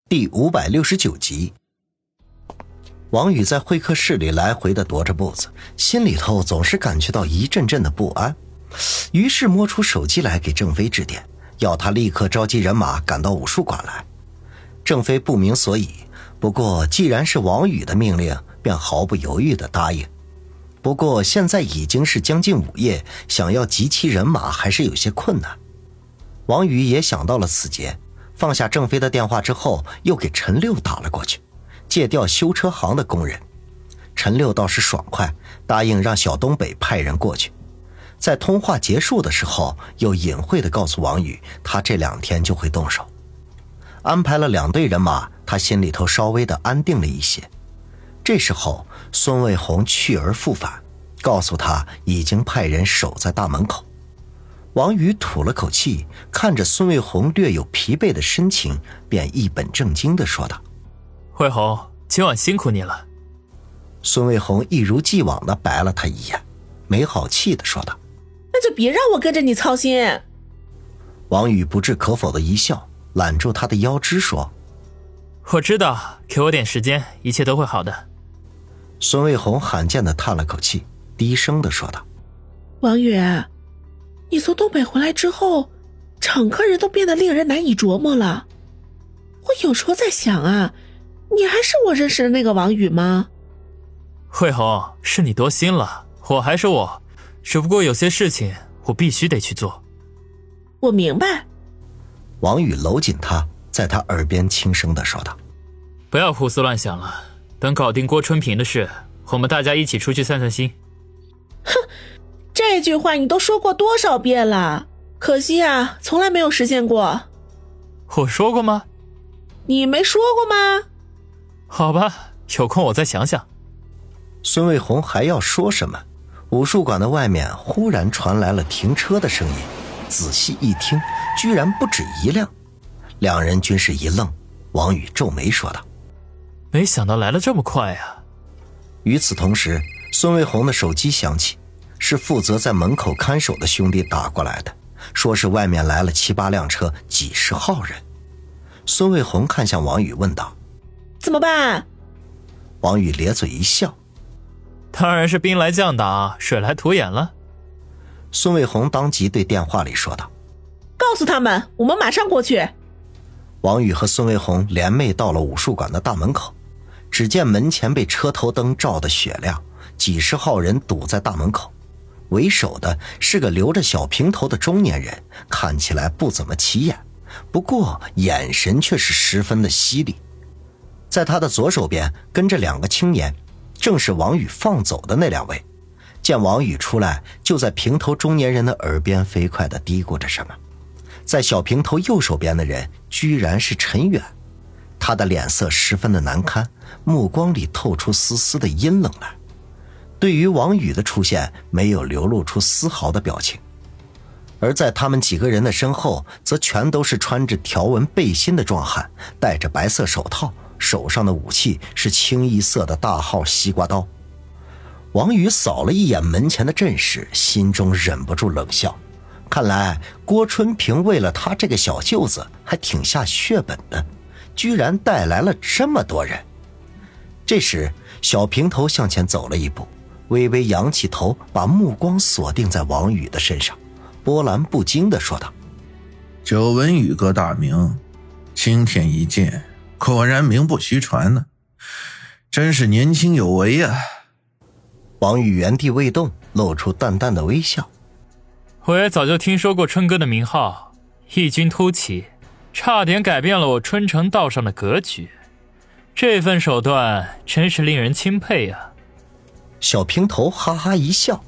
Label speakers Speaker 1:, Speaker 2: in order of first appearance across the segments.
Speaker 1: 第569集。王宇在会客室里来回的踱着步子，心里头总是感觉到一阵阵的不安，于是摸出手机来给郑飞致电，要他立刻召集人马赶到武术馆来。郑飞不明所以，不过既然是王宇的命令，便毫不犹豫地答应。不过现在已经是将近午夜，想要集齐人马还是有些困难。王宇也想到了此节，放下郑飞的电话之后，又给陈六打了过去，借调修车行的工人。陈六倒是爽快，答应让小东北派人过去。在通话结束的时候，又隐晦地告诉王宇，他这2天就会动手。安排了2队人马，他心里头稍微的安定了一些。这时候孙卫红去而复返，告诉他已经派人守在大门口。王宇吐了口气，看着孙卫红略有疲惫的神情，便一本正经地说道：
Speaker 2: 卫红，今晚辛苦你了。
Speaker 1: 孙卫红一如既往地白了他一眼，没好气地说道：
Speaker 3: 那就别让我跟着你操心。
Speaker 1: 王宇不置可否的一笑，揽住他的腰肢说：
Speaker 2: 我知道，给我点时间，一切都会好的。
Speaker 1: 孙卫红罕见地叹了口气，低声地说道：
Speaker 3: 王宇，你从东北回来之后，整个人都变得令人难以琢磨了。我有时候在想啊，你还是我认识的那个王宇吗？
Speaker 2: 慧红，是你多心了，我还是我，只不过有些事情我必须得去做。
Speaker 3: 我明白。
Speaker 1: 王宇搂紧他，在他耳边轻声地说道：
Speaker 2: 不要胡思乱想了，等搞定郭春平的事，我们大家一起出去散散心。
Speaker 3: 哼，这句话你都说过多少遍了，可惜啊，从来没有实现过。
Speaker 2: 我说过吗？
Speaker 3: 你没说过吗？
Speaker 2: 好吧，有空我再想想。
Speaker 1: 孙卫红还要说什么，武术馆的外面忽然传来了停车的声音，仔细一听，居然不止一辆。2人均是一愣，王宇皱眉说道：
Speaker 2: 没想到来了这么快啊。
Speaker 1: 与此同时，孙卫红的手机响起，是负责在门口看守的兄弟打过来的，说是外面来了7、8辆车，几十号人。孙卫红看向王宇问道：
Speaker 3: 怎么办？
Speaker 1: 王宇咧嘴一笑：
Speaker 2: 当然是兵来将挡，水来土掩了。
Speaker 1: 孙卫红当即对电话里说道：
Speaker 3: 告诉他们，我们马上过去。
Speaker 1: 王宇和孙卫红联袂到了武术馆的大门口，只见门前被车头灯照得雪亮，几十号人堵在大门口。为首的是个留着小平头的中年人，看起来不怎么起眼，不过眼神却是十分的犀利。在他的左手边跟着2个青年，正是王宇放走的那2位。见王宇出来，就在平头中年人的耳边飞快地嘀咕着什么。在小平头右手边的人居然是陈远，他的脸色十分的难堪，目光里透出丝丝的阴冷来。对于王宇的出现，没有流露出丝毫的表情。而在他们几个人的身后，则全都是穿着条纹背心的壮汉，戴着白色手套，手上的武器是清一色的大号西瓜刀。王宇扫了一眼门前的阵势，心中忍不住冷笑，看来郭春平为了他这个小舅子还挺下血本的，居然带来了这么多人。这时小平头向前走了一步，微微扬起头，把目光锁定在王宇的身上，波澜不惊地说道：
Speaker 4: 久闻宇哥大名，今天一见，果然名不虚传呢，真是年轻有为啊。
Speaker 1: 王宇原地未动，露出淡淡的微笑：
Speaker 2: 我也早就听说过春哥的名号，异军突起，差点改变了我春城道上的格局，这份手段真是令人钦佩啊。
Speaker 1: 小平头哈哈一笑：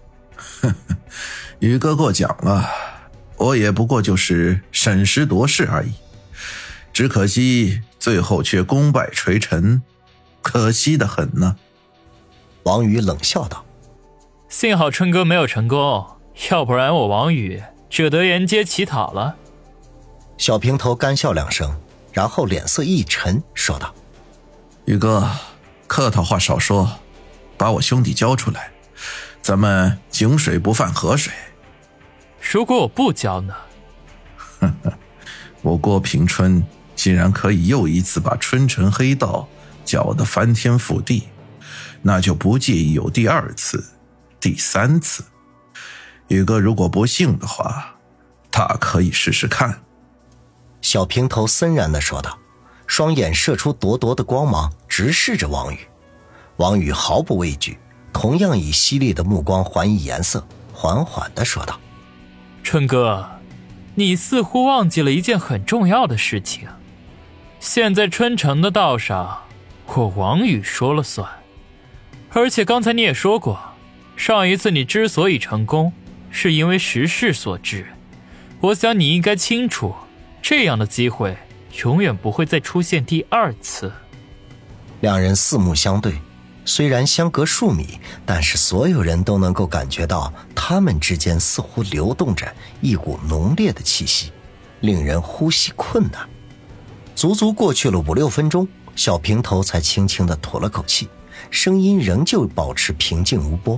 Speaker 4: 宇哥过奖了，我也不过就是审时度势而已，只可惜最后却功败垂成，可惜得很呢。
Speaker 1: 王宇冷笑道：
Speaker 2: 幸好春哥没有成功，要不然我王宇只得沿街乞讨了。
Speaker 1: 小平头干笑2声，然后脸色一沉，说道：
Speaker 4: 宇哥，客套话少说，把我兄弟交出来，咱们井水不犯河水。
Speaker 2: 如果我不交呢？
Speaker 4: 我郭平春既然可以又一次把春城黑道搅得翻天覆地，那就不介意有第二次、第三次。宇哥如果不信的话，大可以试试看。
Speaker 1: 小平头森然地说道，双眼射出灼灼的光芒，直视着王宇。王宇毫不畏惧，同样以犀利的目光还以颜色，缓缓地说道，
Speaker 2: 春哥，你似乎忘记了一件很重要的事情。现在春城的道上，我王宇说了算。而且刚才你也说过，上一次你之所以成功，是因为时势所致。我想你应该清楚，这样的机会永远不会再出现第二次。
Speaker 1: 两人四目相对，虽然相隔数米，但是所有人都能够感觉到他们之间似乎流动着一股浓烈的气息，令人呼吸困难。足足过去了5-6分钟，小平头才轻轻地吐了口气，声音仍旧保持平静无波。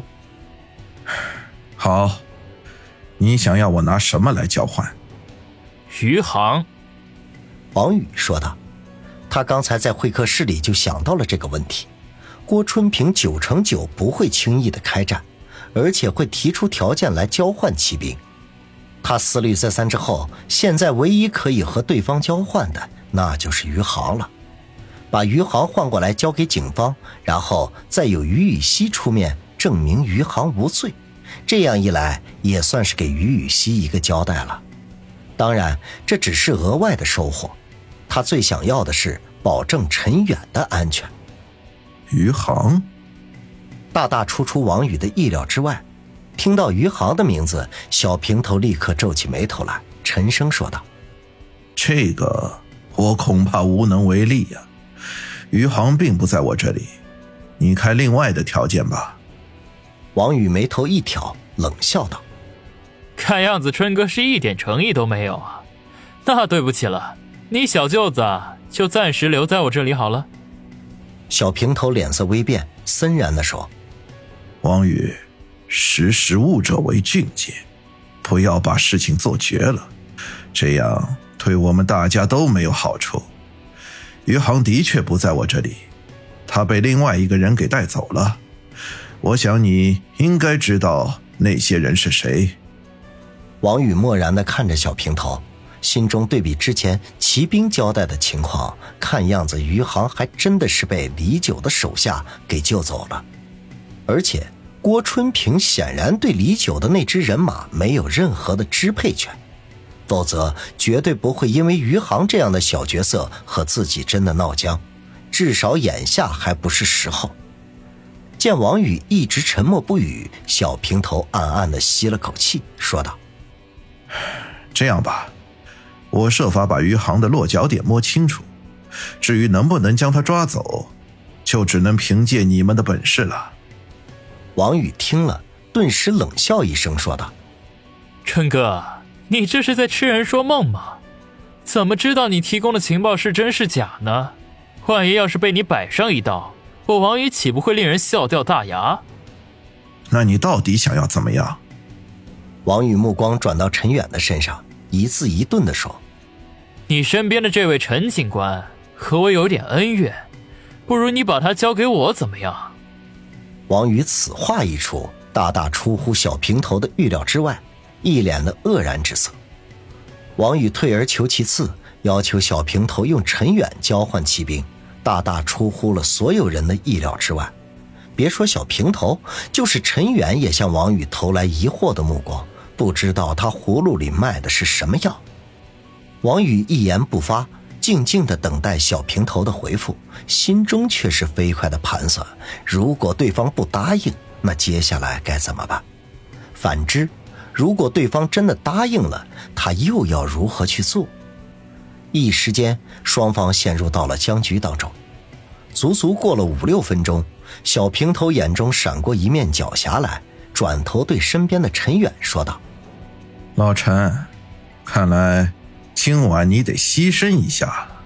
Speaker 4: 好，你想要我拿什么来交换？
Speaker 2: 余杭。
Speaker 1: 王宇说道，他刚才在会客室里就想到了这个问题。郭春平9成9不会轻易的开战，而且会提出条件来交换骑兵。他思虑再三之后，现在唯一可以和对方交换的，那就是余杭了。把余杭换过来交给警方，然后再由于雨溪出面证明余杭无罪，这样一来也算是给于雨溪一个交代了。当然这只是额外的收获，他最想要的是保证陈远的安全。
Speaker 4: 余杭
Speaker 1: 大大出王宇的意料之外，听到余杭的名字，小平头立刻皱起眉头来，沉声说道，
Speaker 4: 这个我恐怕无能为力呀。余杭并不在我这里，你开另外的条件吧。
Speaker 1: 王宇眉头一挑，冷笑道，
Speaker 2: 看样子春哥是一点诚意都没有啊。那对不起了，你小舅子就暂时留在我这里好了。
Speaker 1: 小平头脸色微变，森然地说，
Speaker 4: 王宇，识时务者为俊杰，不要把事情做绝了，这样对我们大家都没有好处。余杭的确不在我这里，他被另外一个人给带走了。我想你应该知道那些人是谁。
Speaker 1: 王宇漠然地看着小平头，心中对比之前骑兵交代的情况，看样子余杭还真的是被李九的手下给救走了。而且郭春平显然对李九的那支人马没有任何的支配权，否则绝对不会因为余杭这样的小角色和自己真的闹僵，至少眼下还不是时候。见王宇一直沉默不语，小平头暗暗地吸了口气，说道，
Speaker 4: 这样吧，我设法把余杭的落脚点摸清楚，至于能不能将他抓走，就只能凭借你们的本事了。
Speaker 1: 王宇听了顿时冷笑一声，说道，
Speaker 2: 春哥，你这是在痴人说梦吗？怎么知道你提供的情报是真是假呢？万一要是被你摆上一道，我王宇岂不会令人笑掉大牙？
Speaker 4: 那你到底想要怎么样？
Speaker 1: 王宇目光转到陈远的身上，一字一顿地说，
Speaker 2: 你身边的这位陈警官和我有点恩怨，不如你把他交给我怎么样？
Speaker 1: 王宇此话一出，大大出乎小平头的预料之外，一脸的愕然之色。王宇退而求其次，要求小平头用陈远交换骑兵，大大出乎了所有人的意料之外。别说小平头，就是陈远也向王宇投来疑惑的目光，不知道他葫芦里卖的是什么药。王宇一言不发，静静地等待小平头的回复，心中却是飞快地盘算，如果对方不答应，那接下来该怎么办？反之，如果对方真的答应了，他又要如何去做？一时间，双方陷入到了僵局当中。足足过了5-6分钟，小平头眼中闪过一面狡黠来，转头对身边的陈远说道，
Speaker 4: 老陈，看来今晚你得牺牲一下了。